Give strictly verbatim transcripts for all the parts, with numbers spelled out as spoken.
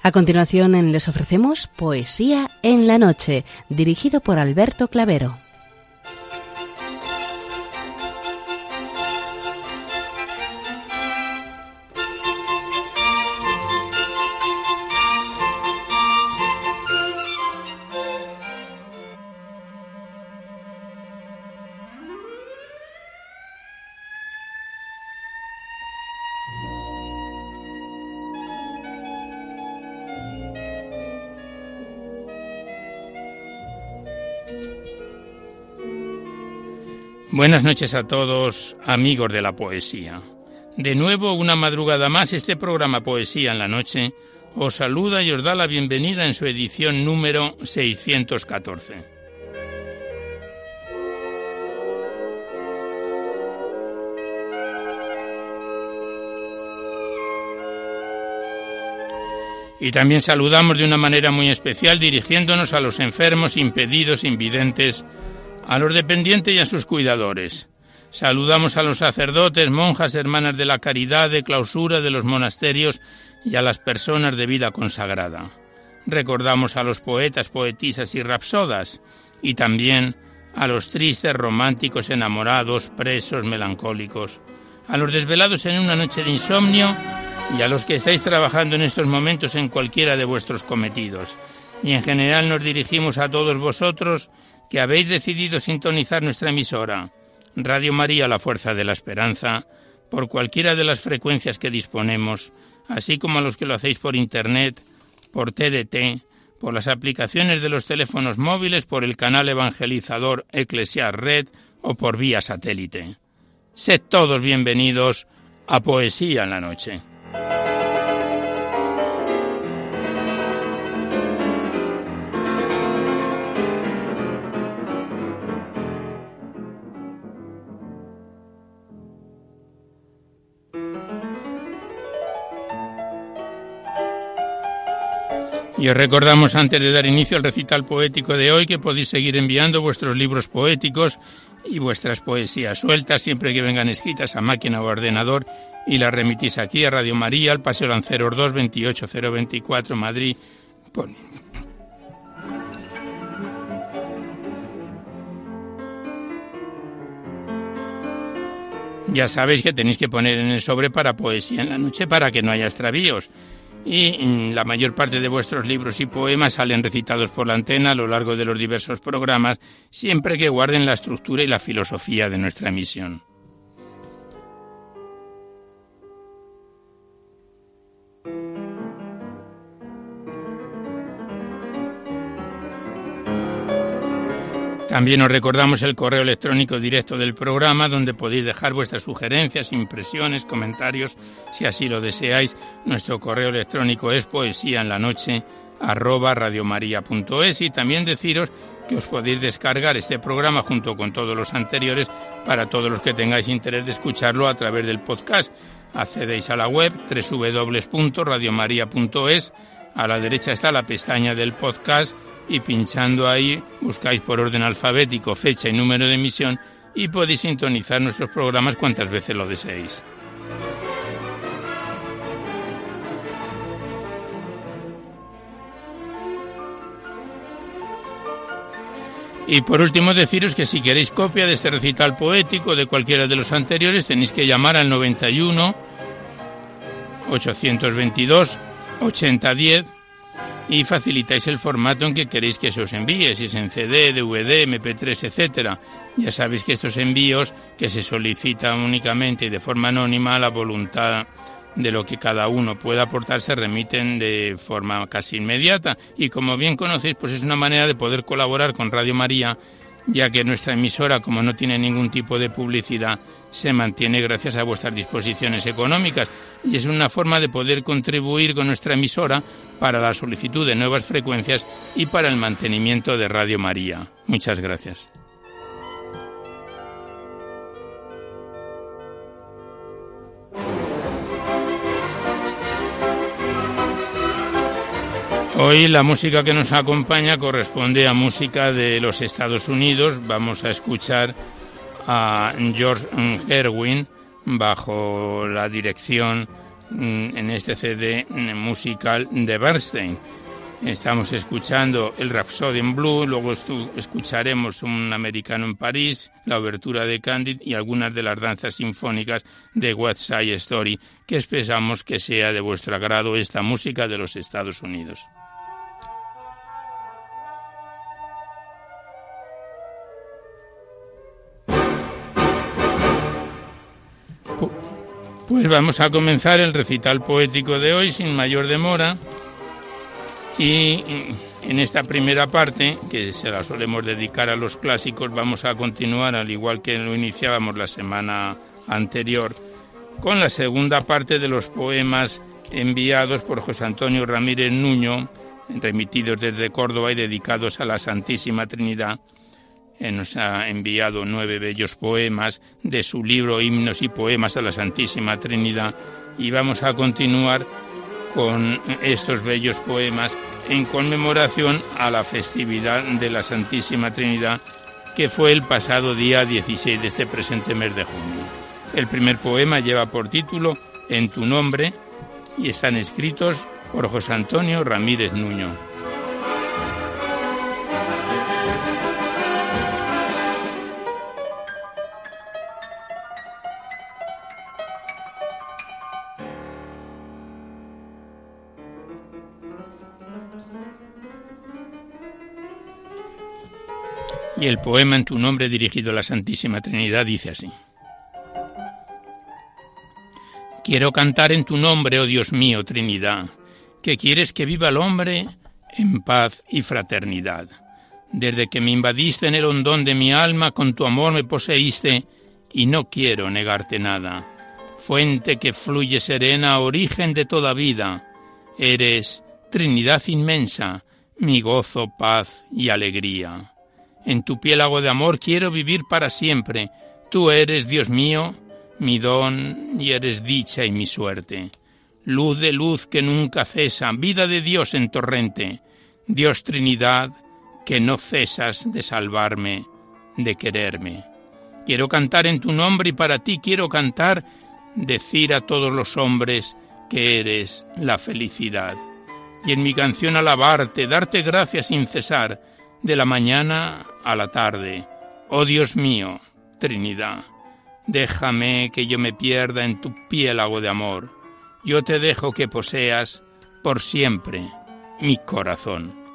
A continuación les ofrecemos Poesía en la Noche, dirigido por Alberto Clavero. Buenas noches a todos, amigos de la poesía. De nuevo, una madrugada más, este programa Poesía en la Noche os saluda y os da la bienvenida en su edición número seiscientos catorce. Y también saludamos de una manera muy especial dirigiéndonos a los enfermos, impedidos, invidentes, a los dependientes y a sus cuidadores. Saludamos a los sacerdotes, monjas, hermanas de la caridad, de clausura de los monasterios y a las personas de vida consagrada. Recordamos a los poetas, poetisas y rapsodas y también a los tristes, románticos, enamorados, presos, melancólicos, a los desvelados en una noche de insomnio y a los que estáis trabajando en estos momentos en cualquiera de vuestros cometidos. Y en general nos dirigimos a todos vosotros que habéis decidido sintonizar nuestra emisora, Radio María, la Fuerza de la Esperanza, por cualquiera de las frecuencias que disponemos, así como a los que lo hacéis por Internet, por T D T, por las aplicaciones de los teléfonos móviles, por el canal evangelizador Eclesiar Red o por vía satélite. Sed todos bienvenidos a Poesía en la Noche. Y os recordamos, antes de dar inicio al recital poético de hoy, que podéis seguir enviando vuestros libros poéticos y vuestras poesías sueltas, siempre que vengan escritas a máquina o ordenador, y las remitís aquí a Radio María, al Paseo Lanceros dos, veintiocho cero veinticuatro, Madrid. Pon... Ya sabéis que tenéis que poner en el sobre para Poesía en la Noche para que no haya extravíos. Y la mayor parte de vuestros libros y poemas salen recitados por la antena a lo largo de los diversos programas, siempre que guarden la estructura y la filosofía de nuestra emisión. También os recordamos el correo electrónico directo del programa, donde podéis dejar vuestras sugerencias, impresiones, comentarios, si así lo deseáis. Nuestro correo electrónico es poesíaenlanoche arroba radiomaria.es, y también deciros que os podéis descargar este programa junto con todos los anteriores para todos los que tengáis interés de escucharlo a través del podcast. Accedéis a la web doble u doble u doble u punto radiomaria punto es, a la derecha está la pestaña del podcast, y pinchando ahí buscáis por orden alfabético fecha y número de emisión y podéis sintonizar nuestros programas cuantas veces lo deseéis. Y por último deciros que si queréis copia de este recital poético de cualquiera de los anteriores, tenéis que llamar al noventa y uno, ochocientos veintidós, ochenta diez y facilitáis el formato en que queréis que se os envíe, si es en C D, D V D, M P tres, etcétera. Ya sabéis que estos envíos, que se solicitan únicamente y de forma anónima, a la voluntad de lo que cada uno pueda aportar, se remiten de forma casi inmediata. Y como bien conocéis, pues es una manera de poder colaborar con Radio María, ya que nuestra emisora, como no tiene ningún tipo de publicidad, se mantiene gracias a vuestras disposiciones económicas, y es una forma de poder contribuir con nuestra emisora para la solicitud de nuevas frecuencias y para el mantenimiento de Radio María. Muchas gracias. Hoy la música que nos acompaña corresponde a música de los Estados Unidos. Vamos a escuchar a George Gershwin bajo la dirección en este C D musical de Bernstein. Estamos escuchando el Rhapsody in Blue, luego escucharemos Un americano en París, la obertura de Candide y algunas de las danzas sinfónicas de West Side Story, que esperamos que sea de vuestro agrado esta música de los Estados Unidos. Pues vamos a comenzar el recital poético de hoy sin mayor demora. Y en esta primera parte, que se la solemos dedicar a los clásicos, vamos a continuar, al igual que lo iniciábamos la semana anterior, con la segunda parte de los poemas enviados por José Antonio Ramírez Nuño, remitidos desde Córdoba y dedicados a la Santísima Trinidad. Él nos ha enviado nueve bellos poemas de su libro Himnos y Poemas a la Santísima Trinidad, y vamos a continuar con estos bellos poemas en conmemoración a la festividad de la Santísima Trinidad, que fue el pasado día dieciséis de este presente mes de junio. El primer poema lleva por título En tu nombre y están escritos por José Antonio Ramírez Nuño. Y el poema En tu nombre, dirigido a la Santísima Trinidad, dice así: Quiero cantar en tu nombre, oh Dios mío, Trinidad, que quieres que viva el hombre en paz y fraternidad. Desde que me invadiste en el hondón de mi alma, con tu amor me poseíste, y no quiero negarte nada. Fuente que fluye serena, origen de toda vida, eres Trinidad inmensa, mi gozo, paz y alegría. En tu piélago de amor quiero vivir para siempre. Tú eres, Dios mío, mi don y eres dicha y mi suerte. Luz de luz que nunca cesa, vida de Dios en torrente. Dios Trinidad, que no cesas de salvarme, de quererme. Quiero cantar en tu nombre y para ti quiero cantar, decir a todos los hombres que eres la felicidad. Y en mi canción alabarte, darte gracias sin cesar, de la mañana a la tarde. Oh Dios mío, Trinidad, déjame que yo me pierda en tu piélago de amor. Yo te dejo que poseas por siempre mi corazón.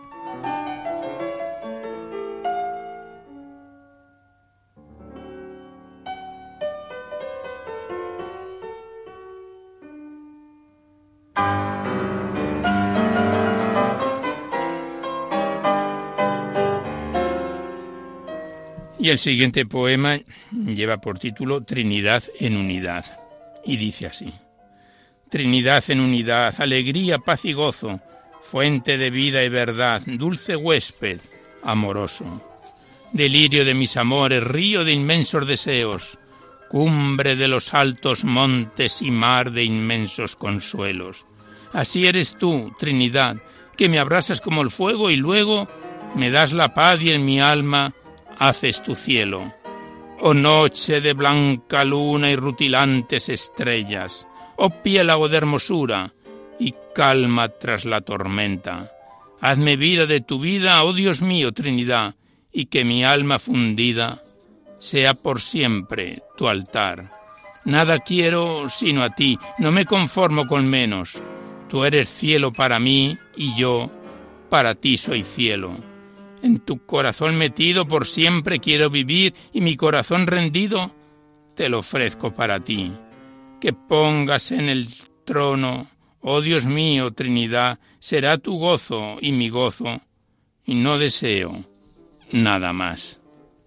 Y el siguiente poema lleva por título Trinidad en unidad, y dice así: Trinidad en unidad, alegría, paz y gozo, fuente de vida y verdad, dulce huésped, amoroso. Delirio de mis amores, río de inmensos deseos, cumbre de los altos montes y mar de inmensos consuelos. Así eres tú, Trinidad, que me abrasas como el fuego y luego me das la paz y en mi alma haces tu cielo. Oh noche de blanca luna y rutilantes estrellas, oh piélago de hermosura y calma tras la tormenta. Hazme vida de tu vida, oh Dios mío, Trinidad, y que mi alma fundida sea por siempre tu altar. Nada quiero sino a ti, no me conformo con menos. Tú eres cielo para mí y yo para ti soy cielo. En tu corazón metido por siempre quiero vivir y mi corazón rendido te lo ofrezco para ti. Que pongas en el trono, oh Dios mío, Trinidad, será tu gozo y mi gozo, y no deseo nada más.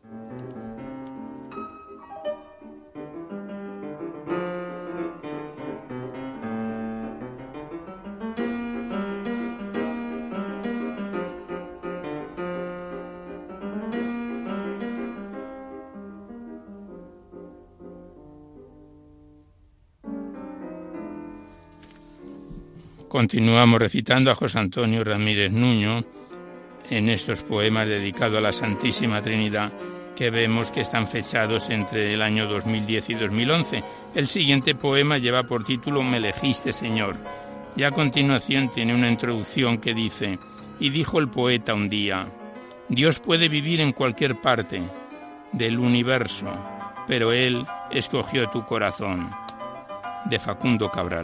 Continuamos recitando a José Antonio Ramírez Nuño en estos poemas dedicados a la Santísima Trinidad, que vemos que están fechados entre el año dos mil diez y dos mil once. El siguiente poema lleva por título Me elegiste, Señor, y a continuación tiene una introducción que dice: y dijo el poeta un día, Dios puede vivir en cualquier parte del universo, pero Él escogió tu corazón. De Facundo Cabral.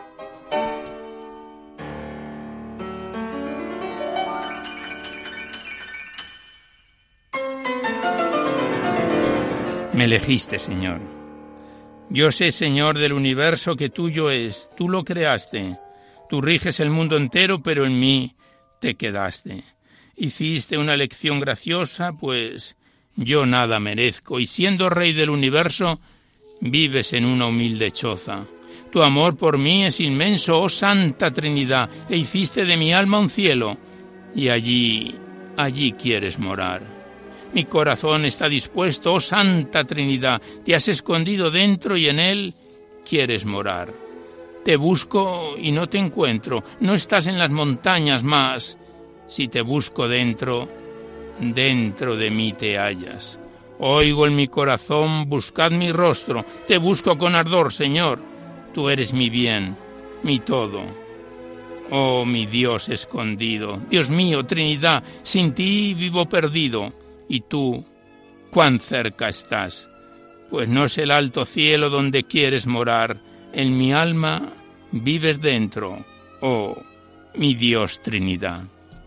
Me elegiste, Señor. Yo sé, Señor, del universo que tuyo es. Tú lo creaste. Tú riges el mundo entero, pero en mí te quedaste. Hiciste una elección graciosa, pues yo nada merezco, y siendo rey del universo, vives en una humilde choza. Tu amor por mí es inmenso, oh Santa Trinidad, e hiciste de mi alma un cielo, y allí, allí quieres morar. Mi corazón está dispuesto, oh Santa Trinidad, te has escondido dentro y en él quieres morar. Te busco y no te encuentro, no estás en las montañas más. Si te busco dentro, dentro de mí te hallas. Oigo en mi corazón, buscad mi rostro, te busco con ardor, Señor. Tú eres mi bien, mi todo. Oh, mi Dios escondido, Dios mío, Trinidad, sin ti vivo perdido. Y tú, cuán cerca estás, pues no es el alto cielo donde quieres morar, en mi alma vives dentro, oh, mi Dios Trinidad.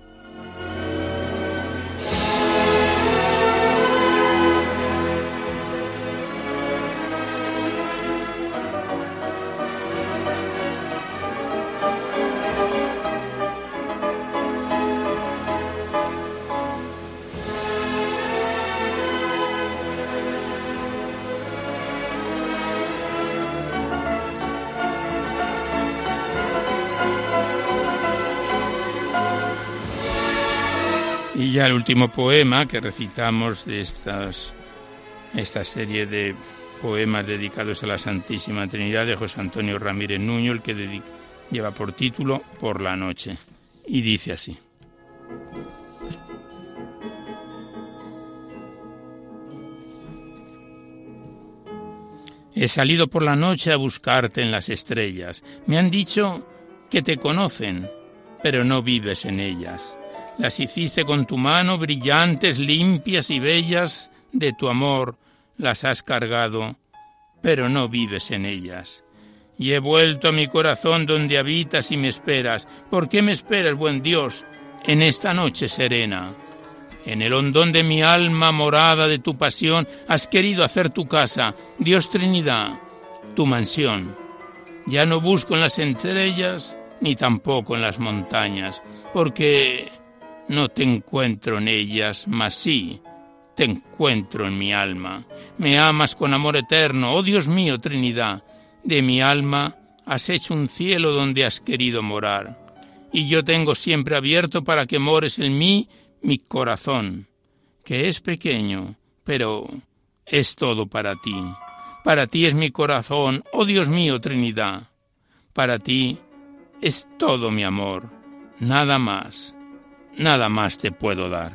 Y ya el último poema que recitamos de estas, esta serie de poemas dedicados a la Santísima Trinidad de José Antonio Ramírez Nuño, el que dedica, lleva por título Por la noche, y dice así. He salido por la noche a buscarte en las estrellas. Me han dicho que te conocen, pero no vives en ellas. Las hiciste con tu mano, brillantes, limpias y bellas, de tu amor las has cargado, pero no vives en ellas. Y he vuelto a mi corazón donde habitas y me esperas. ¿Por qué me esperas, buen Dios, en esta noche serena? En el hondón de mi alma, morada de tu pasión, has querido hacer tu casa, Dios Trinidad, tu mansión. Ya no busco en las estrellas, ni tampoco en las montañas, porque no te encuentro en ellas, mas sí te encuentro en mi alma. Me amas con amor eterno, oh Dios mío, Trinidad. De mi alma has hecho un cielo donde has querido morar. Y yo tengo siempre abierto para que mores en mí mi corazón, que es pequeño, pero es todo para ti. Para ti es mi corazón, oh Dios mío, Trinidad. Para ti es todo mi amor, nada más. Nada más te puedo dar.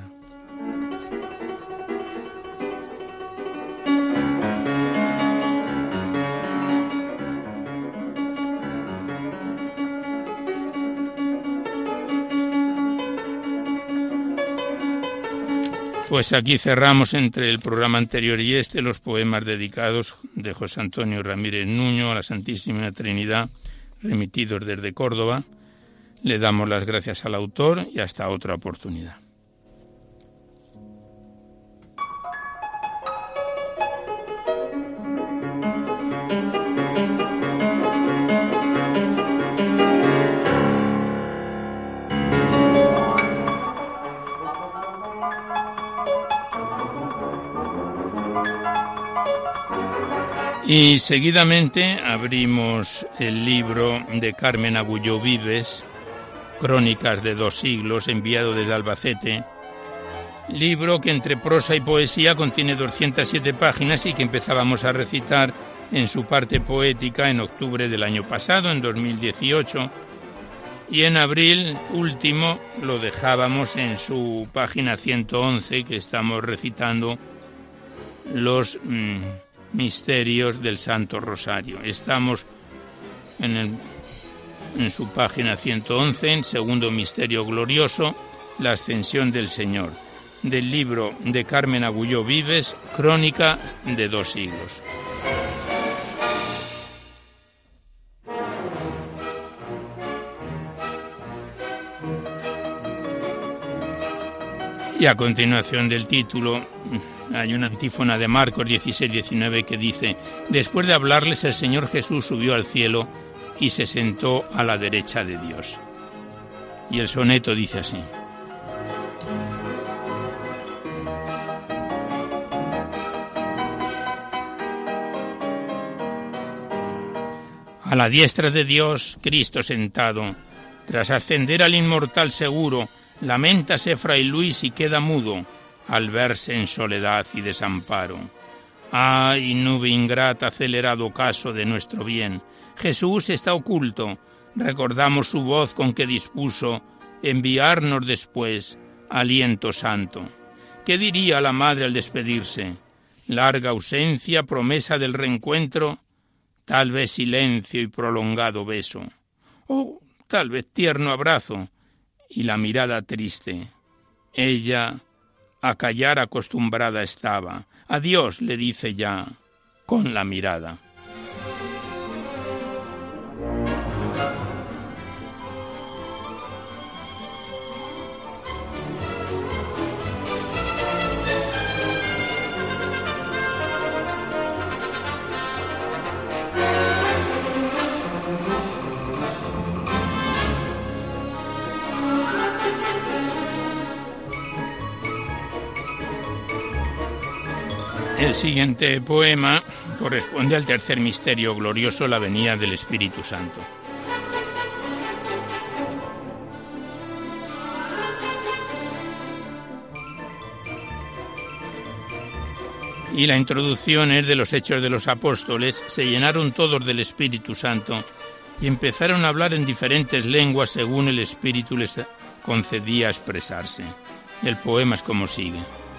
Pues aquí cerramos entre el programa anterior y este los poemas dedicados de José Antonio Ramírez Nuño a la Santísima Trinidad, remitidos desde Córdoba. Le damos las gracias al autor y hasta otra oportunidad. Y seguidamente abrimos el libro de Carmen Agulló Vives, Crónicas de dos siglos, enviado desde Albacete, libro que entre prosa y poesía contiene doscientas siete páginas y que empezábamos a recitar en su parte poética en octubre del año pasado, en dos mil dieciocho, y en abril último lo dejábamos en su página ciento once, que estamos recitando los mm, misterios del Santo Rosario. Estamos en, el, en su página ciento once, en segundo misterio glorioso, la ascensión del Señor, del libro de Carmen Agulló Vives, Crónica de dos siglos. Y a continuación del título hay una antífona de Marcos dieciséis diecinueve que dice: después de hablarles, el Señor Jesús subió al cielo y se sentó a la derecha de Dios. Y el soneto dice así: a la diestra de Dios, Cristo sentado, tras ascender al inmortal seguro, laméntase Fray Luis y queda mudo al verse en soledad y desamparo. ¡Ay, nube ingrata, acelerado caso de nuestro bien! Jesús está oculto, recordamos su voz con que dispuso enviarnos después aliento santo. ¿Qué diría la madre al despedirse? Larga ausencia, promesa del reencuentro, tal vez silencio y prolongado beso, o tal vez tierno abrazo y la mirada triste. Ella a callar acostumbrada estaba. Adiós, le dice ya, con la mirada. El siguiente poema corresponde al tercer misterio glorioso, la venida del Espíritu Santo. Y la introducción es de los Hechos de los Apóstoles. Se llenaron todos del Espíritu Santo y empezaron a hablar en diferentes lenguas según el Espíritu les concedía expresarse. El poema es como sigue.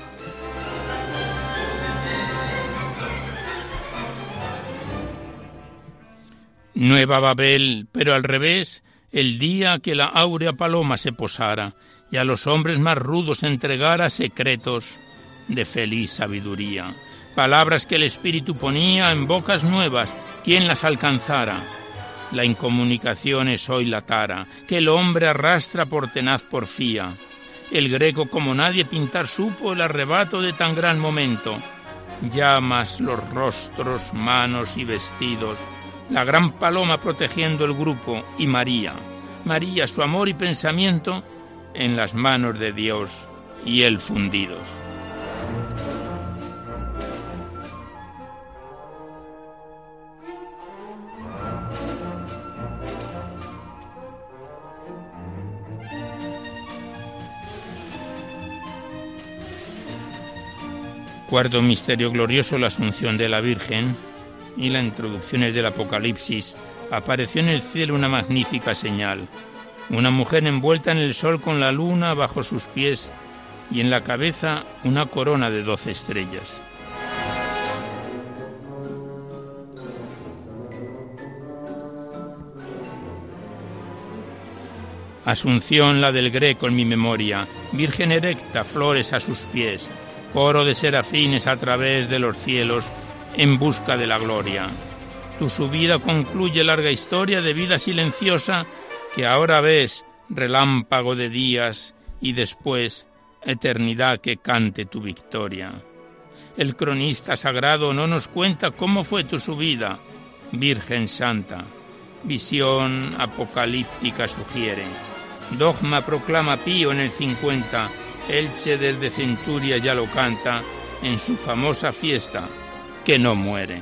Nueva Babel, pero al revés, el día que la áurea paloma se posara y a los hombres más rudos entregara secretos de feliz sabiduría, palabras que el Espíritu ponía en bocas nuevas, quien las alcanzara. La incomunicación es hoy la tara, que el hombre arrastra por tenaz porfía. El greco como nadie pintar supo el arrebato de tan gran momento. Llamas los rostros, manos y vestidos, la gran paloma protegiendo el grupo y María, María su amor y pensamiento en las manos de Dios y él fundidos. Cuarto misterio glorioso, la Asunción de la Virgen. Y la introducción es del Apocalipsis. Apareció en el cielo una magnífica señal, una mujer envuelta en el sol con la luna bajo sus pies y en la cabeza una corona de doce estrellas. Asunción, la del Greco en mi memoria, Virgen erecta, flores a sus pies, coro de serafines a través de los cielos, en busca de la gloria. Tu subida concluye larga historia de vida silenciosa que ahora ves, relámpago de días, y después eternidad que cante tu victoria. El cronista sagrado no nos cuenta cómo fue tu subida, Virgen Santa. Visión apocalíptica sugiere. Dogma proclama Pío en el cincuenta, Elche desde Centuria ya lo canta en su famosa fiesta, que no muere.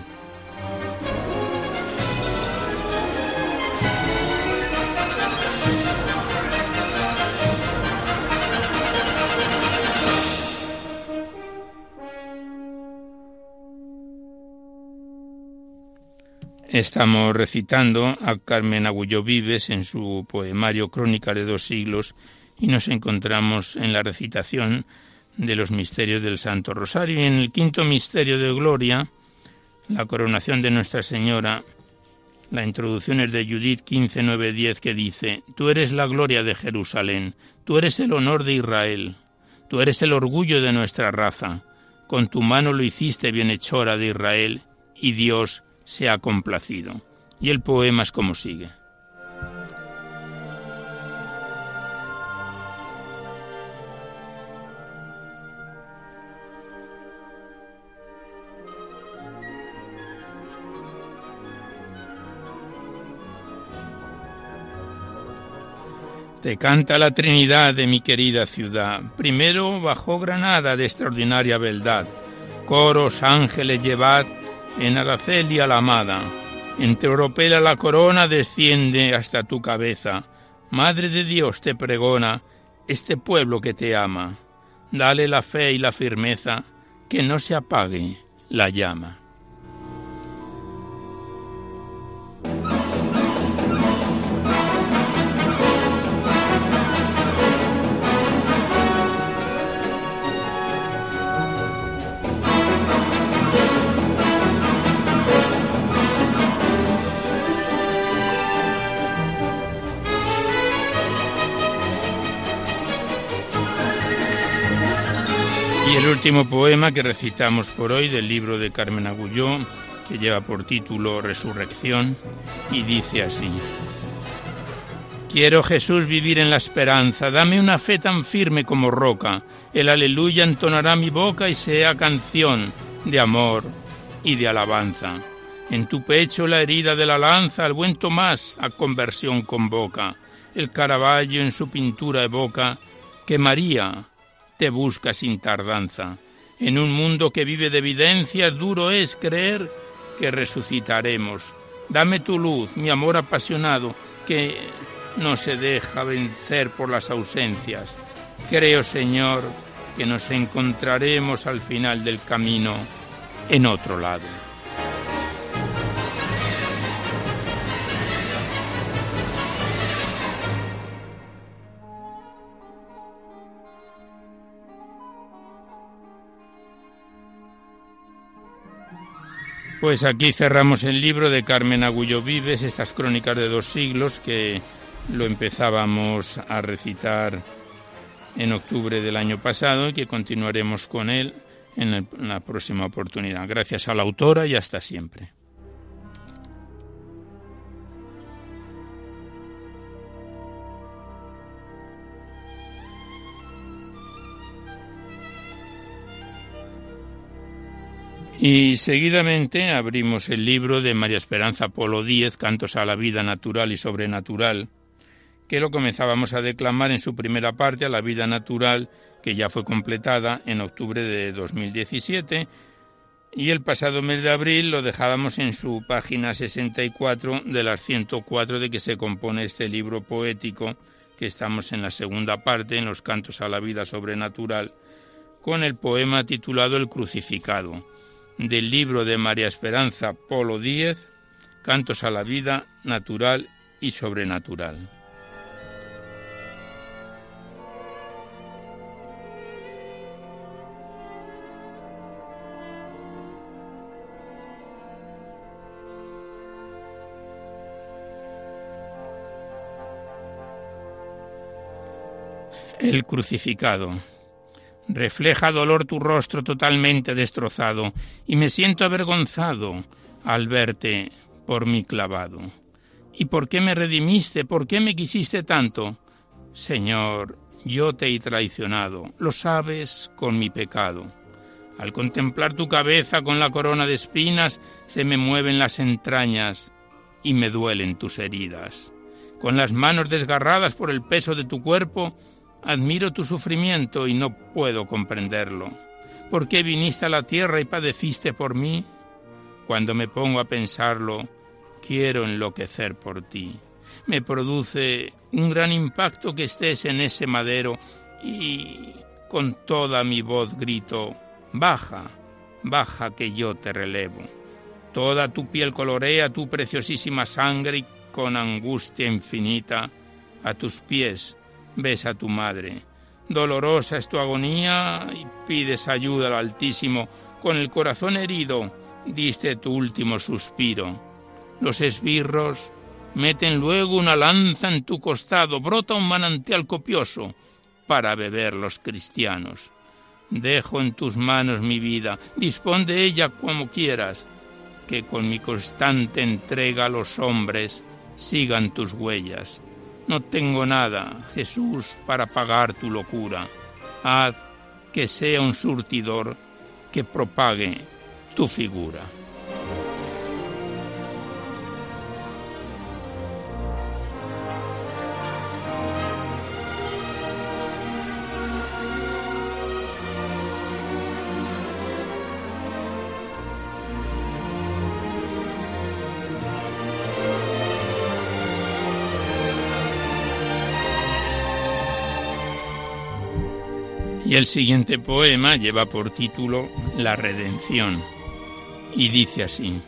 Estamos recitando a Carmen Agulló Vives en su poemario Crónica de dos siglos y nos encontramos en la recitación de los misterios del Santo Rosario. Y en el quinto misterio de gloria, la coronación de Nuestra Señora, la introducción es de Judith quince, nueve, diez, que dice: Tú eres la gloria de Jerusalén, tú eres el honor de Israel, tú eres el orgullo de nuestra raza. Con tu mano lo hiciste, bienhechora de Israel, y Dios se ha complacido. Y el poema es como sigue. Te canta la Trinidad de mi querida ciudad. Primero bajó Granada de extraordinaria beldad. Coros, ángeles, llevad en Araceli a la amada. Entre oropela la corona desciende hasta tu cabeza. Madre de Dios te pregona este pueblo que te ama. Dale la fe y la firmeza, que no se apague la llama. Y el último poema que recitamos por hoy del libro de Carmen Agulló, que lleva por título Resurrección, y dice así: Quiero, Jesús, vivir en la esperanza, dame una fe tan firme como roca, el aleluya entonará mi boca y sea canción de amor y de alabanza. En tu pecho la herida de la lanza, al buen Tomás a conversión convoca, el Caravaggio en su pintura evoca que María te busca sin tardanza. En un mundo que vive de evidencias, duro es creer que resucitaremos. Dame tu luz, mi amor apasionado, que no se deja vencer por las ausencias. Creo, Señor, que nos encontraremos al final del camino en otro lado. Pues aquí cerramos el libro de Carmen Agulló Vives, estas crónicas de dos siglos, que lo empezábamos a recitar en octubre del año pasado y que continuaremos con él en, el, en la próxima oportunidad. Gracias a la autora y hasta siempre. Y seguidamente abrimos el libro de María Esperanza Polo Díez, Cantos a la vida natural y sobrenatural, que lo comenzábamos a declamar en su primera parte, a la vida natural, que ya fue completada en octubre de dos mil diecisiete, y el pasado mes de abril lo dejábamos en su página sesenta y cuatro de las ciento cuatro de que se compone este libro poético, que estamos en la segunda parte, en los Cantos a la vida sobrenatural, con el poema titulado El crucificado, del libro de María Esperanza Polo Díez, Cantos a la vida natural y sobrenatural. El crucificado. Refleja dolor tu rostro totalmente destrozado, y me siento avergonzado al verte por mí clavado. ¿Y por qué me redimiste? ¿Por qué me quisiste tanto? Señor, yo te he traicionado, lo sabes con mi pecado. Al contemplar tu cabeza con la corona de espinas, se me mueven las entrañas y me duelen tus heridas. Con las manos desgarradas por el peso de tu cuerpo, admiro tu sufrimiento y no puedo comprenderlo. ¿Por qué viniste a la tierra y padeciste por mí? Cuando me pongo a pensarlo, quiero enloquecer por ti. Me produce un gran impacto que estés en ese madero y con toda mi voz grito: baja, baja que yo te relevo. Toda tu piel colorea tu preciosísima sangre y con angustia infinita a tus pies ves a tu madre. Dolorosa es tu agonía y pides ayuda al Altísimo. Con el corazón herido diste tu último suspiro. Los esbirros meten luego una lanza en tu costado, brota un manantial copioso para beber los cristianos. Dejo en tus manos mi vida, dispón de ella como quieras, que con mi constante entrega los hombres sigan tus huellas. No tengo nada, Jesús, para pagar tu locura. Haz que sea un surtidor que propague tu figura. Y el siguiente poema lleva por título La redención y dice así: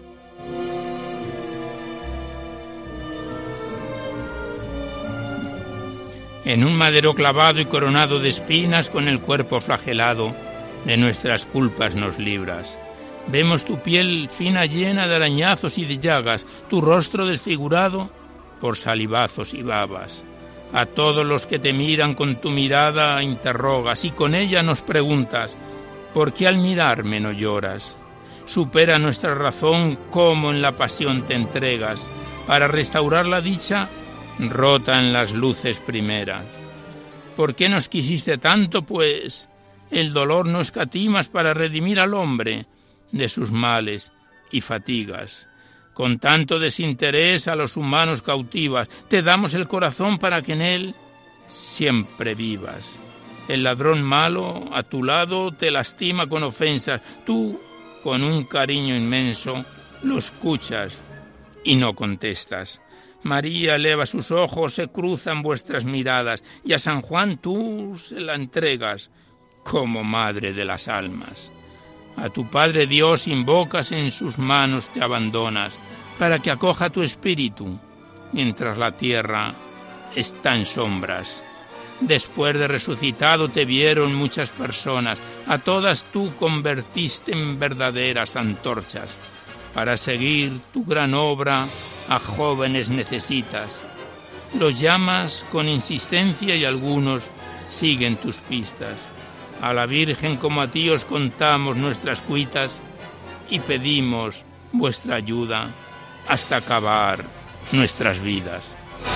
En un madero clavado y coronado de espinas, con el cuerpo flagelado, de nuestras culpas nos libras. Vemos tu piel fina llena de arañazos y de llagas, tu rostro desfigurado por salivazos y babas. A todos los que te miran con tu mirada interrogas y con ella nos preguntas, ¿por qué al mirarme no lloras? Supera nuestra razón cómo en la pasión te entregas, para restaurar la dicha rota en las luces primeras. ¿Por qué nos quisiste tanto, pues? El dolor no escatimas para redimir al hombre de sus males y fatigas. Con tanto desinterés a los humanos cautivas, te damos el corazón para que en él siempre vivas. El ladrón malo a tu lado te lastima con ofensas, tú con un cariño inmenso lo escuchas y no contestas. María eleva sus ojos, se cruzan vuestras miradas, y a San Juan tú se la entregas como madre de las almas. A tu Padre Dios invocas, en sus manos te abandonas, para que acoja tu espíritu, mientras la tierra está en sombras. Después de resucitado te vieron muchas personas, a todas tú convertiste en verdaderas antorchas. Para seguir tu gran obra a jóvenes necesitas. Los llamas con insistencia y algunos siguen tus pistas. A la Virgen como a ti os contamos nuestras cuitas y pedimos vuestra ayuda hasta acabar nuestras vidas.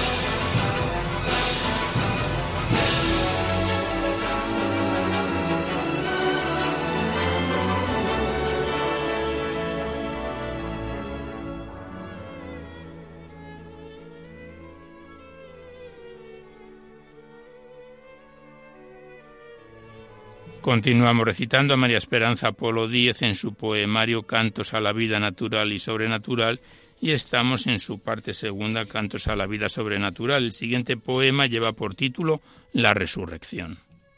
Continuamos recitando a María Esperanza Polo Díez en su poemario Cantos a la vida natural y sobrenatural, y estamos en su parte segunda, Cantos a la vida sobrenatural. El siguiente poema lleva por título La resurrección.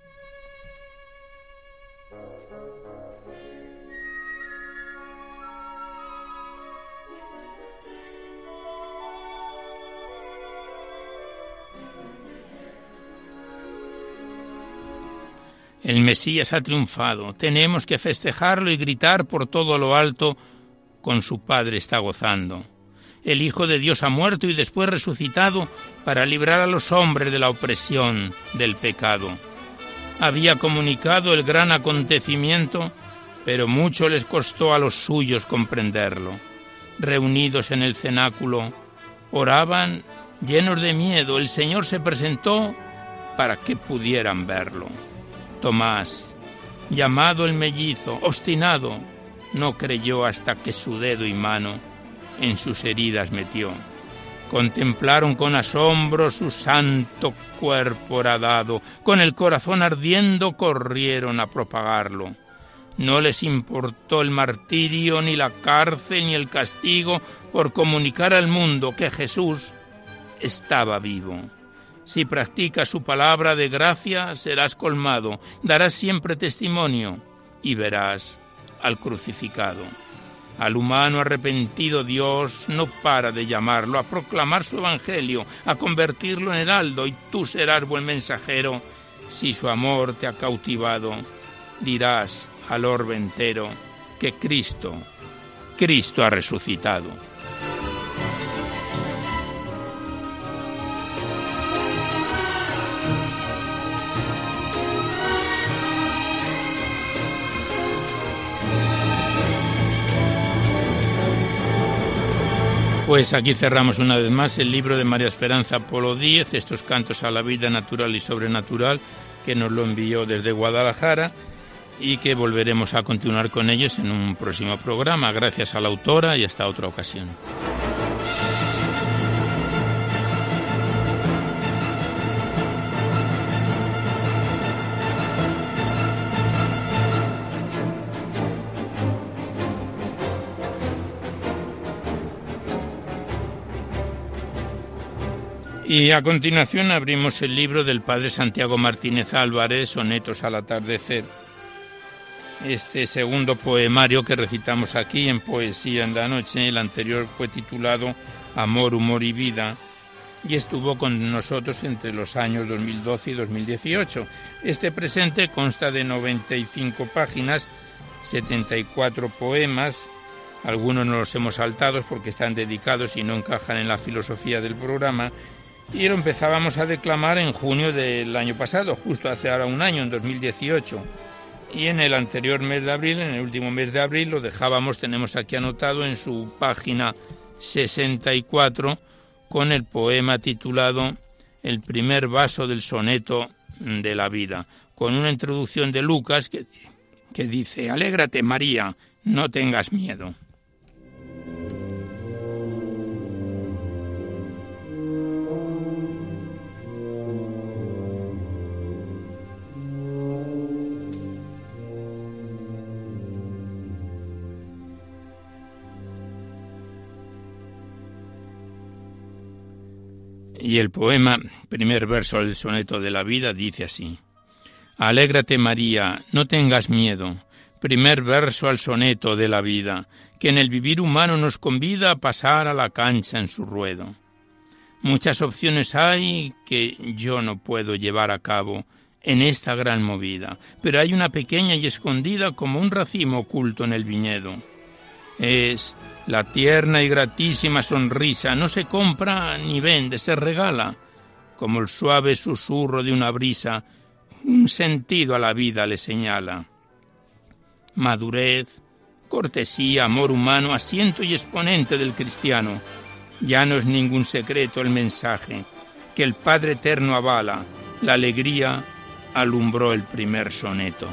El Mesías ha triunfado, tenemos que festejarlo y gritar por todo lo alto, con su Padre está gozando. El Hijo de Dios ha muerto y después resucitado para librar a los hombres de la opresión del pecado. Había comunicado el gran acontecimiento, pero mucho les costó a los suyos comprenderlo. Reunidos en el cenáculo, oraban llenos de miedo. El Señor se presentó para que pudieran verlo. Tomás, llamado el mellizo, obstinado, no creyó hasta que su dedo y mano en sus heridas metió. Contemplaron con asombro su santo cuerpo horadado, con el corazón ardiendo corrieron a propagarlo. No les importó el martirio, ni la cárcel, ni el castigo, por comunicar al mundo que Jesús estaba vivo. Si practicas su palabra de gracia, serás colmado, darás siempre testimonio y verás al crucificado. Al humano arrepentido Dios no para de llamarlo, a proclamar su evangelio, a convertirlo en heraldo, y tú serás buen mensajero Si su amor te ha cautivado, dirás al orbe entero que Cristo, Cristo ha resucitado. Pues aquí cerramos una vez más el libro de María Esperanza Polo Díez, estos cantos a la vida natural y sobrenatural, que nos lo envió desde Guadalajara y que volveremos a continuar con ellos en un próximo programa. Gracias a la autora y hasta otra ocasión. Y a continuación abrimos el libro del padre Santiago Martínez Álvarez, Sonetos al atardecer. Este segundo poemario que recitamos aquí en Poesía en la Noche, el anterior fue titulado Amor, Humor y Vida, y estuvo con nosotros entre los años dos mil doce y dos mil dieciocho. Este presente consta de noventa y cinco páginas, setenta y cuatro poemas. Algunos no los hemos saltado porque están dedicados y no encajan en la filosofía del programa. Y lo empezábamos a declamar en junio del año pasado, justo hace ahora un año, en dos mil dieciocho. Y en el anterior mes de abril, en el último mes de abril, lo dejábamos, tenemos aquí anotado en su página sesenta y cuatro, con el poema titulado El primer vaso del soneto de la vida, con una introducción de Lucas que, que dice: Alégrate, María, no tengas miedo. Y el poema, primer verso del soneto de la vida, dice así: Alégrate, María, no tengas miedo. Primer verso al soneto de la vida, que en el vivir humano nos convida a pasar a la cancha en su ruedo. Muchas opciones hay que yo no puedo llevar a cabo en esta gran movida, pero hay una pequeña y escondida como un racimo oculto en el viñedo. Es la tierna y gratísima sonrisa, no se compra ni vende, se regala, como el suave susurro de una brisa, un sentido a la vida le señala. Madurez, cortesía, amor humano, asiento y exponente del cristiano. Ya no es ningún secreto el mensaje que el Padre Eterno avala, la alegría alumbró el primer soneto.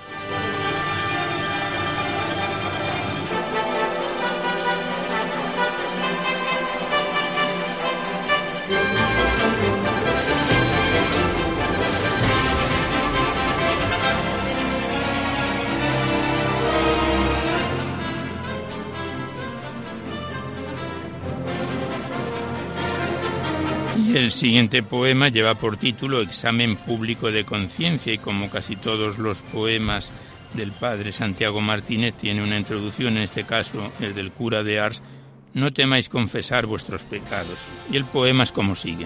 El siguiente poema lleva por título Examen público de conciencia y como casi todos los poemas del padre Santiago Martínez tiene una introducción, en este caso el del cura de Ars: no temáis confesar vuestros pecados. Y el poema es como sigue.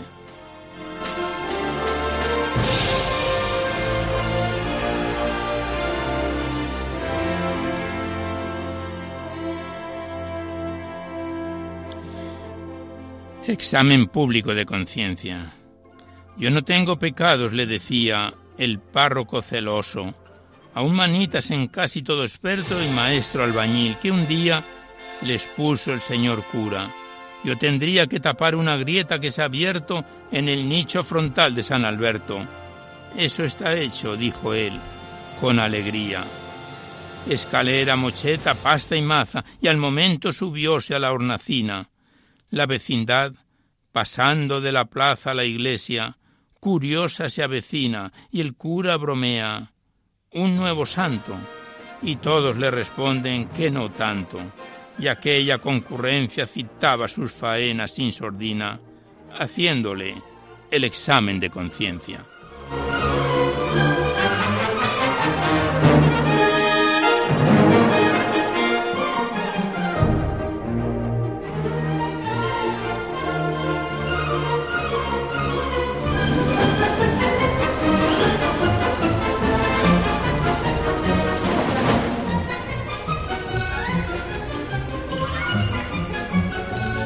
Examen público de conciencia. Yo no tengo pecados, le decía el párroco celoso, a un manitas en casi todo experto y maestro albañil, que un día les puso el señor cura. Yo tendría que tapar una grieta que se ha abierto en el nicho frontal de San Alberto. Eso está hecho, dijo él, con alegría. Escalera, mocheta, pasta y maza, y al momento subióse a la hornacina. La vecindad, pasando de la plaza a la iglesia, curiosa se avecina, y el cura bromea: un nuevo santo, y todos le responden que no tanto, y aquella concurrencia citaba sus faenas sin sordina, haciéndole el examen de conciencia.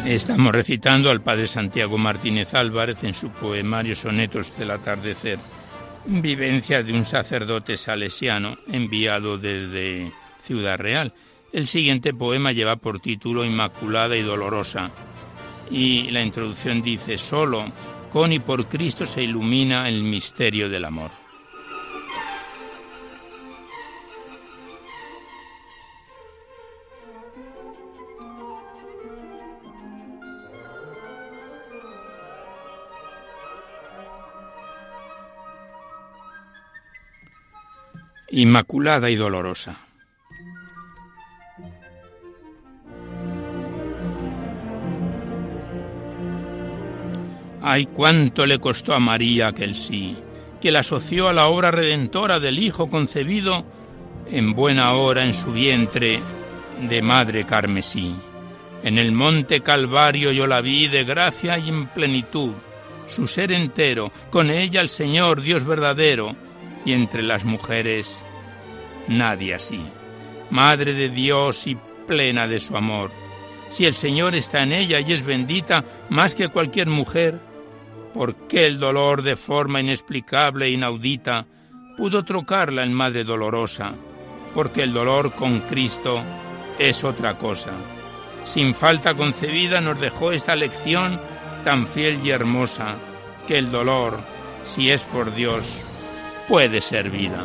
Estamos recitando al padre Santiago Martínez Álvarez en su poemario Sonetos del Atardecer, vivencias de un sacerdote salesiano enviado desde Ciudad Real. El siguiente poema lleva por título Inmaculada y Dolorosa, y la introducción dice: solo con y por Cristo se ilumina el misterio del amor. Inmaculada y dolorosa. Ay, cuánto le costó a María aquel sí, que la asoció a la obra redentora del Hijo concebido en buena hora en su vientre de madre carmesí. En el monte Calvario yo la vi de gracia y en plenitud, su ser entero, con ella el Señor, Dios verdadero, y entre las mujeres nadie así. Madre de Dios y plena de su amor, si el Señor está en ella y es bendita más que cualquier mujer, ¿por qué el dolor de forma inexplicable e inaudita pudo trocarla en madre dolorosa? Porque el dolor con Cristo es otra cosa. Sin falta concebida nos dejó esta lección tan fiel y hermosa, que el dolor, si es por Dios, puede ser vida.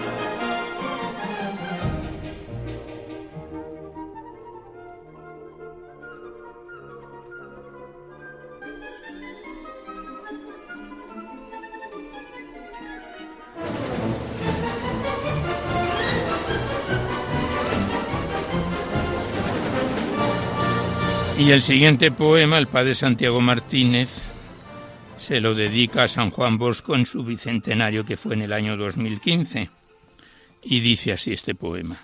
Y el siguiente poema, el padre Santiago Martínez, se lo dedica a San Juan Bosco en su bicentenario, que fue en el año dos mil quince. Y dice así este poema.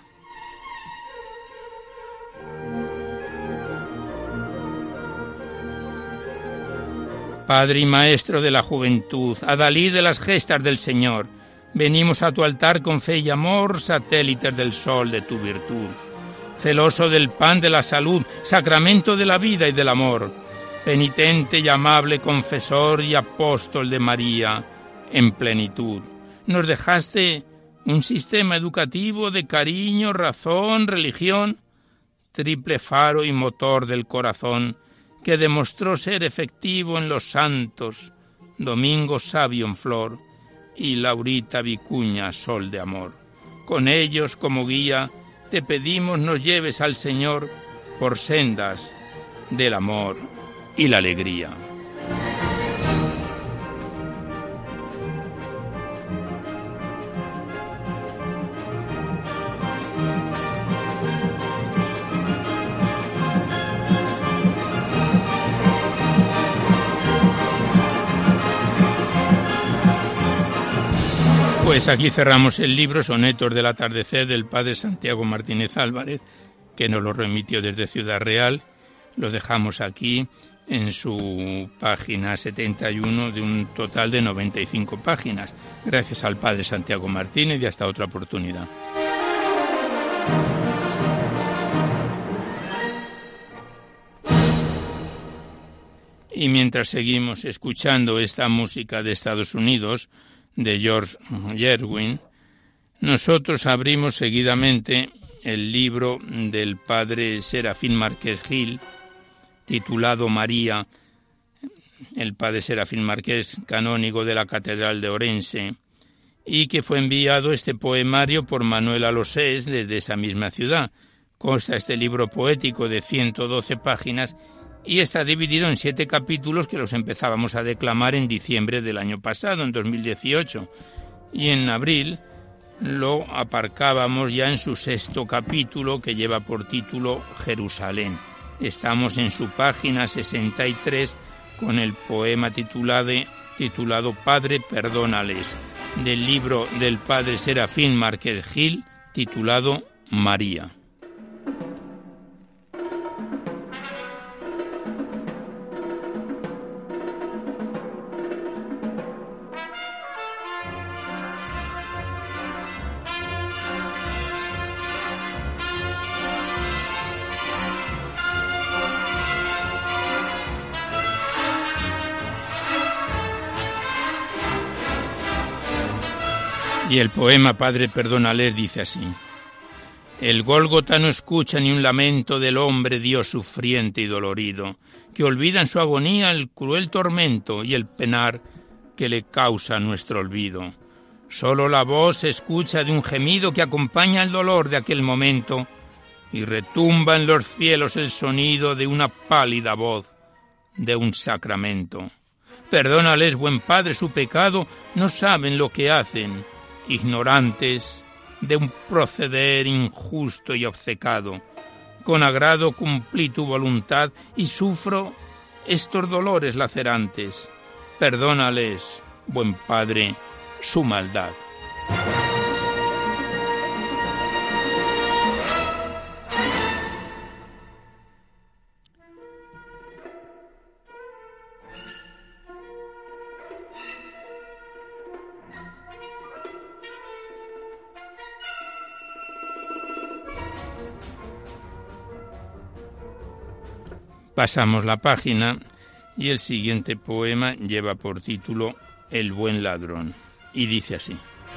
Padre y Maestro de la juventud, adalid de las gestas del Señor, venimos a tu altar con fe y amor, satélites del sol de tu virtud. Celoso del pan de la salud, sacramento de la vida y del amor, penitente y amable confesor y apóstol de María en plenitud. Nos dejaste un sistema educativo de cariño, razón, religión, triple faro y motor del corazón, que demostró ser efectivo en los santos, Domingo sabio en flor y Laurita Vicuña sol de amor. Con ellos como guía te pedimos nos lleves al Señor por sendas del amor y la alegría. Pues aquí cerramos el libro Sonetos del Atardecer del padre Santiago Martínez Álvarez, que nos lo remitió desde Ciudad Real. Lo dejamos aquí en su página setenta y uno de un total de noventa y cinco páginas. Gracias al padre Santiago Martínez y hasta otra oportunidad. Y mientras seguimos escuchando esta música de Estados Unidos, de George Gershwin, nosotros abrimos seguidamente el libro del padre Serafín Márquez Gil, titulado María, el padre Serafín Márquez, canónigo de la Catedral de Orense, y que fue enviado este poemario por Manuel Alosés desde esa misma ciudad. Consta este libro poético de ciento doce páginas y está dividido en siete capítulos que los empezábamos a declamar en diciembre del año pasado, en dos mil dieciocho, y en abril lo aparcábamos ya en su sexto capítulo, que lleva por título Jerusalén. Estamos en su página sesenta y tres con el poema titulado, titulado Padre, perdónales, del libro del padre Serafín Márquez Gil, titulado María. Y el poema Padre perdónales dice así: el Gólgota no escucha ni un lamento del hombre Dios sufriente y dolorido, que olvida en su agonía el cruel tormento y el penar que le causa nuestro olvido. Solo la voz se escucha de un gemido que acompaña el dolor de aquel momento, y retumba en los cielos el sonido de una pálida voz de un sacramento. Perdónales, buen Padre, su pecado, no saben lo que hacen, ignorantes de un proceder injusto y obcecado. Con agrado cumplí tu voluntad y sufro estos dolores lacerantes. Perdónales, buen Padre, su maldad. Pasamos la página y el siguiente poema lleva por título El buen ladrón y dice así: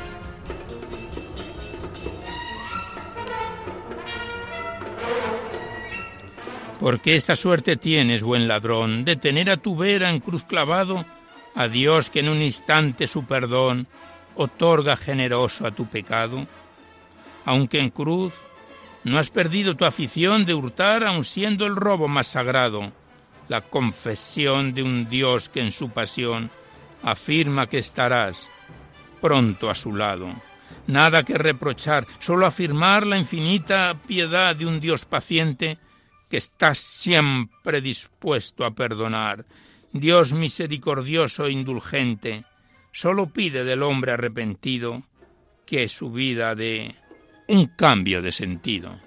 porque esta suerte tienes, buen ladrón, de tener a tu vera en cruz clavado a Dios que en un instante su perdón otorga generoso a tu pecado, aunque en cruz no has perdido tu afición de hurtar, aun siendo el robo más sagrado, la confesión de un Dios que en su pasión afirma que estarás pronto a su lado. Nada que reprochar, solo afirmar la infinita piedad de un Dios paciente que está siempre dispuesto a perdonar. Dios misericordioso e indulgente, solo pide del hombre arrepentido que su vida dé un cambio de sentido.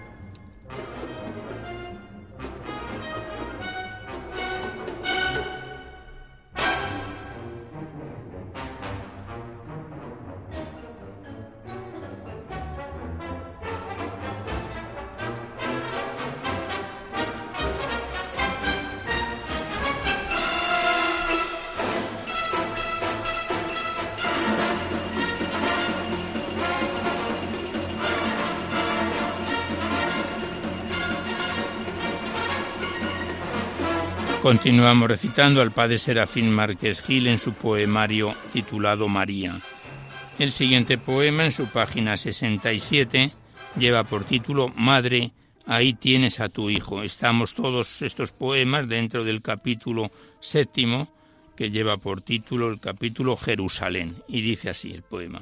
Continuamos recitando al padre Serafín Márquez Gil en su poemario titulado María. El siguiente poema, en su página sesenta y siete, lleva por título Madre, ahí tienes a tu hijo. Estamos todos estos poemas dentro del capítulo séptimo, que lleva por título el capítulo Jerusalén. Y dice así el poema: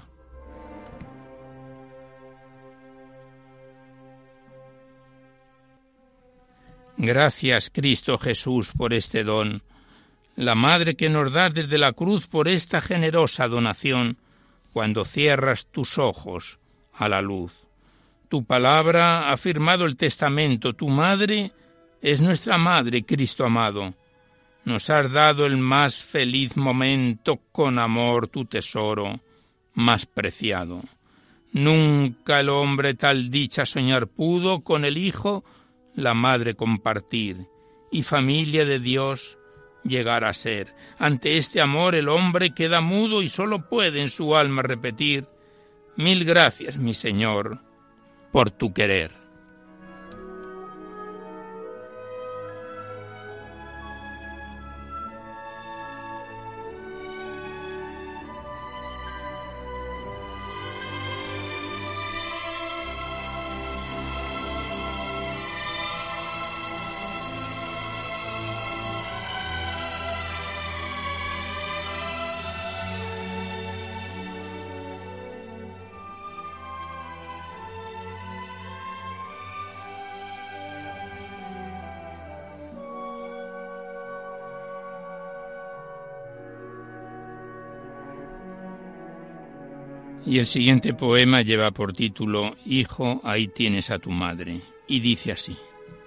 gracias, Cristo Jesús, por este don, la Madre que nos das desde la cruz por esta generosa donación, cuando cierras tus ojos a la luz. Tu palabra ha firmado el testamento, tu Madre es nuestra Madre, Cristo amado. Nos has dado el más feliz momento, con amor tu tesoro más preciado. Nunca el hombre tal dicha soñar pudo, con el Hijo la Madre compartir, y familia de Dios llegar a ser. Ante este amor el hombre queda mudo y solo puede en su alma repetir: mil gracias, mi Señor, por tu querer. Y el siguiente poema lleva por título Hijo, ahí tienes a tu madre, y dice así: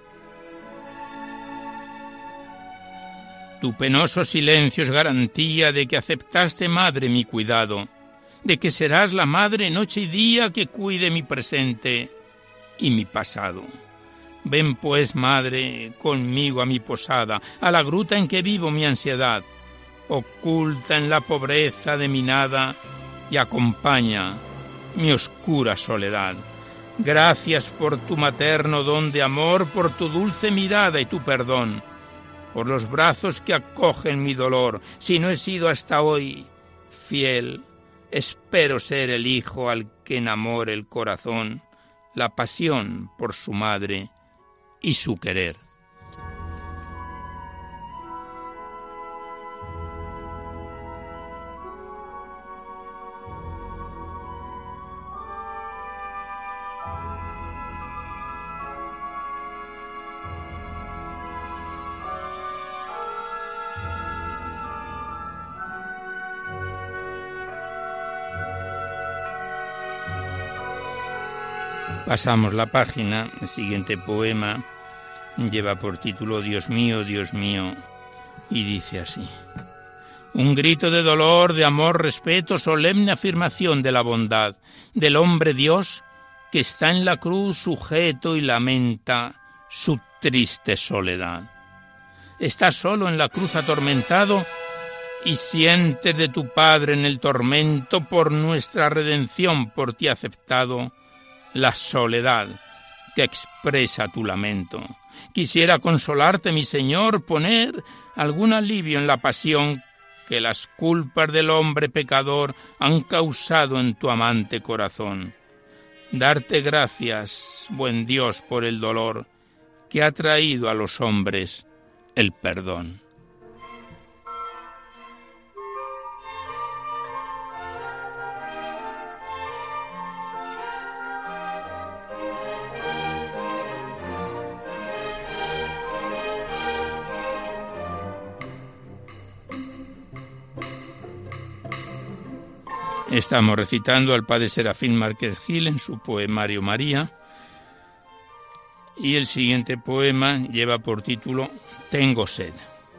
tu penoso silencio es garantía de que aceptaste, madre, mi cuidado, de que serás la madre noche y día que cuide mi presente y mi pasado. Ven pues, madre, conmigo a mi posada, a la gruta en que vivo mi ansiedad, oculta en la pobreza de mi nada, y acompaña mi oscura soledad. Gracias por tu materno don de amor, por tu dulce mirada y tu perdón, por los brazos que acogen mi dolor. Si no he sido hasta hoy fiel, espero ser el hijo al que enamore el corazón, la pasión por su madre y su querer. Pasamos la página. El siguiente poema lleva por título Dios mío, Dios mío, y dice así: un grito de dolor, de amor, respeto, solemne afirmación de la bondad del hombre Dios que está en la cruz sujeto y lamenta su triste soledad. Está solo en la cruz atormentado y sientes de tu Padre en el tormento por nuestra redención por ti aceptado la soledad que expresa tu lamento. Quisiera consolarte, mi Señor, poner algún alivio en la pasión que las culpas del hombre pecador han causado en tu amante corazón. Darte gracias, buen Dios, por el dolor que ha traído a los hombres el perdón. Estamos recitando al padre Serafín Márquez Gil en su poemario María, y el siguiente poema lleva por título Tengo sed.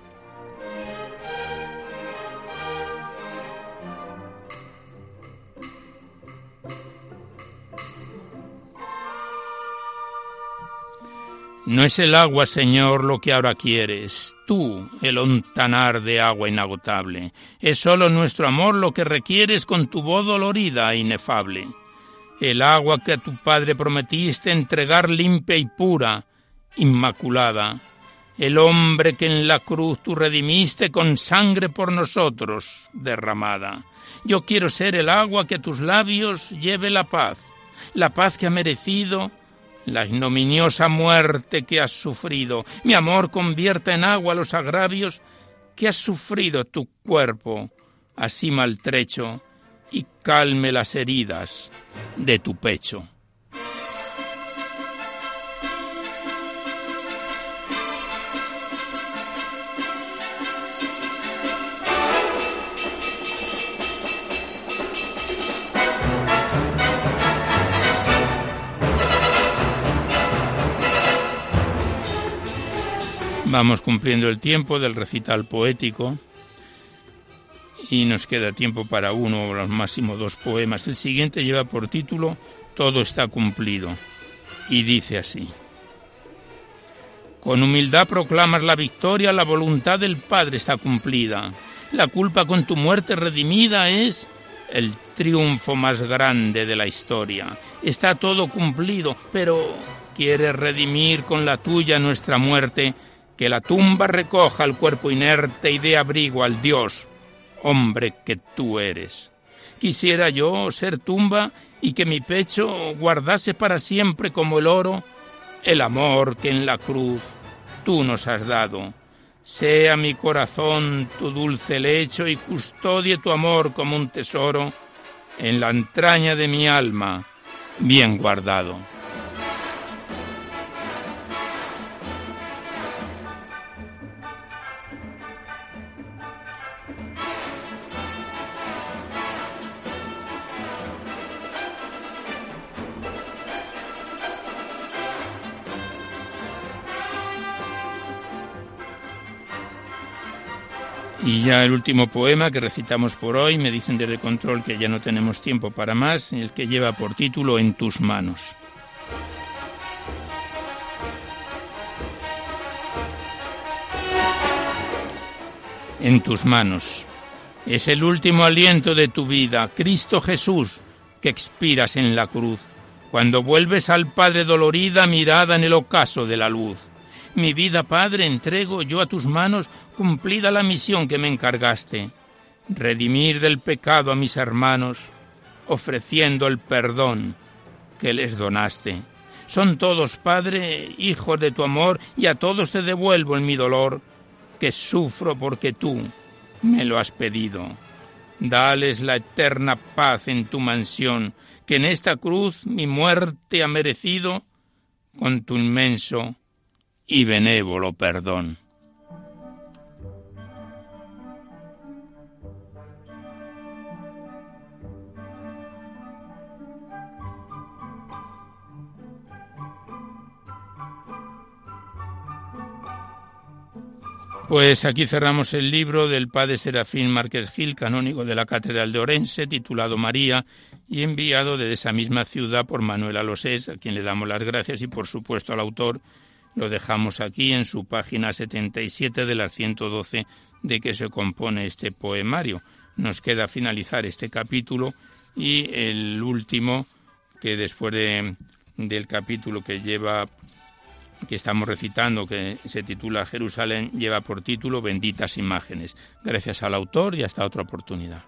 No es el agua, Señor, lo que ahora quieres, tú, el ontanar de agua inagotable. Es solo nuestro amor lo que requieres con tu voz dolorida e inefable. El agua que a tu Padre prometiste entregar limpia y pura, inmaculada. El hombre que en la cruz tú redimiste con sangre por nosotros derramada. Yo quiero ser el agua que a tus labios lleve la paz, la paz que ha merecido la ignominiosa muerte que has sufrido. Mi amor, convierta en agua los agravios que has sufrido tu cuerpo, así maltrecho, y calme las heridas de tu pecho. Vamos cumpliendo el tiempo del recital poético y nos queda tiempo para uno o los máximo dos poemas. El siguiente lleva por título Todo está cumplido y dice así: con humildad proclamas la victoria, la voluntad del Padre está cumplida. La culpa con tu muerte redimida es el triunfo más grande de la historia. Está todo cumplido, pero quieres redimir con la tuya nuestra muerte. Que la tumba recoja el cuerpo inerte y dé abrigo al Dios, hombre que tú eres. Quisiera yo ser tumba y que mi pecho guardase para siempre como el oro el amor que en la cruz tú nos has dado. Sea mi corazón tu dulce lecho y custodie tu amor como un tesoro en la entraña de mi alma bien guardado. Y ya el último poema que recitamos por hoy, me dicen desde control que ya no tenemos tiempo para más, el que lleva por título En tus manos. En tus manos, Es el último aliento de tu vida, Cristo Jesús, que expiras en la cruz, cuando vuelves al Padre dolorida mirada en el ocaso de la luz. Mi vida, Padre, entrego yo a tus manos, cumplida la misión que me encargaste, redimir del pecado a mis hermanos, ofreciendo el perdón que les donaste. Son todos, Padre, hijos de tu amor, y a todos te devuelvo en mi dolor, que sufro porque tú me lo has pedido. Dales la eterna paz en tu mansión, que en esta cruz mi muerte ha merecido, con tu inmenso y benévolo perdón. Pues aquí cerramos el libro del padre Serafín Márquez Gil, canónigo de la Catedral de Orense, titulado María, y enviado desde esa misma ciudad por Manuel Alosés, a quien le damos las gracias, y por supuesto al autor lo dejamos aquí en su página setenta y siete de las ciento doce de que se compone este poemario. Nos queda finalizar este capítulo y el último, que después de, del capítulo que lleva... que estamos recitando, que se titula Jerusalén, lleva por título Benditas Imágenes. Gracias al autor y hasta otra oportunidad.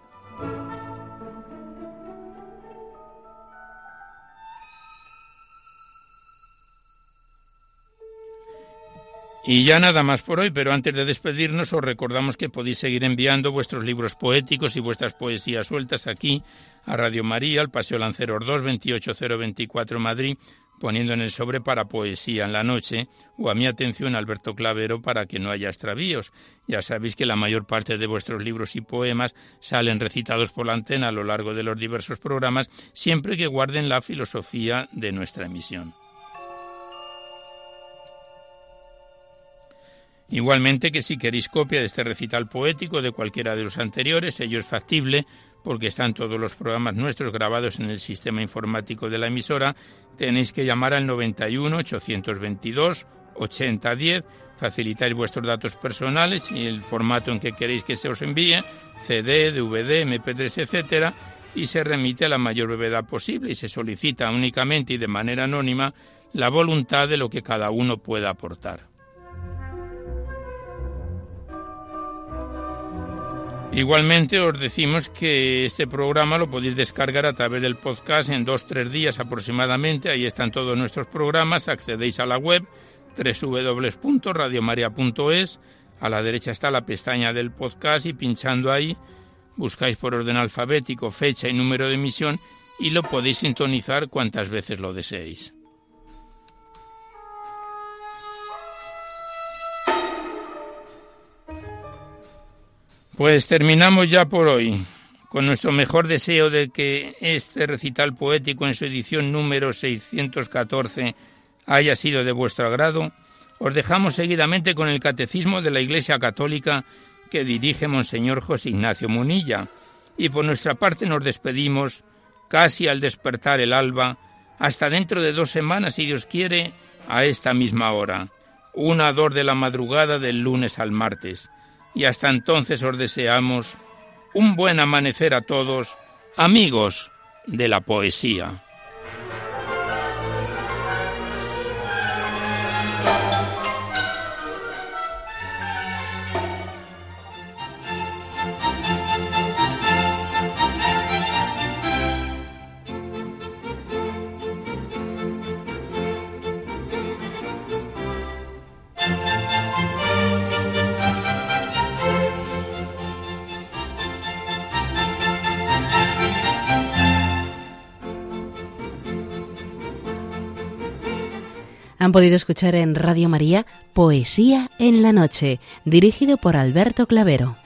Y ya nada más por hoy, pero antes de despedirnos os recordamos que podéis seguir enviando vuestros libros poéticos y vuestras poesías sueltas aquí a Radio María, al Paseo Lanceros dos, veintiocho cero veinticuatro Madrid, poniendo en el sobre para Poesía en la Noche, o a mi atención Alberto Clavero, para que no haya extravíos. Ya sabéis que la mayor parte de vuestros libros y poemas salen recitados por la antena a lo largo de los diversos programas, siempre que guarden la filosofía de nuestra emisión. Igualmente que si queréis copia de este recital poético de cualquiera de los anteriores, ello es factible, porque están todos los programas nuestros grabados en el sistema informático de la emisora. Tenéis que llamar al noventa y uno, ochocientos veintidós, ochenta diez, facilitáis vuestros datos personales y el formato en que queréis que se os envíe, C D, D V D, M P tres, etcétera, y se remite a la mayor brevedad posible y se solicita únicamente y de manera anónima la voluntad de lo que cada uno pueda aportar. Igualmente os decimos que este programa lo podéis descargar a través del podcast en dos o tres días aproximadamente. Ahí están todos nuestros programas. Accedéis a la web doble u doble u doble u punto radio maría punto es. A la derecha está la pestaña del podcast y pinchando ahí buscáis por orden alfabético fecha y número de emisión y lo podéis sintonizar cuantas veces lo deseéis. Pues terminamos ya por hoy, con nuestro mejor deseo de que este recital poético en su edición número seiscientos catorce haya sido de vuestro agrado. Os dejamos seguidamente con el Catecismo de la Iglesia Católica que dirige Monseñor José Ignacio Munilla, y por nuestra parte nos despedimos casi al despertar el alba, hasta dentro de dos semanas, si Dios quiere, a esta misma hora, una a dos de la madrugada del lunes al martes. Y hasta entonces os deseamos un buen amanecer a todos, amigos de la poesía. Han podido escuchar en Radio María Poesía en la Noche, dirigido por Alberto Clavero.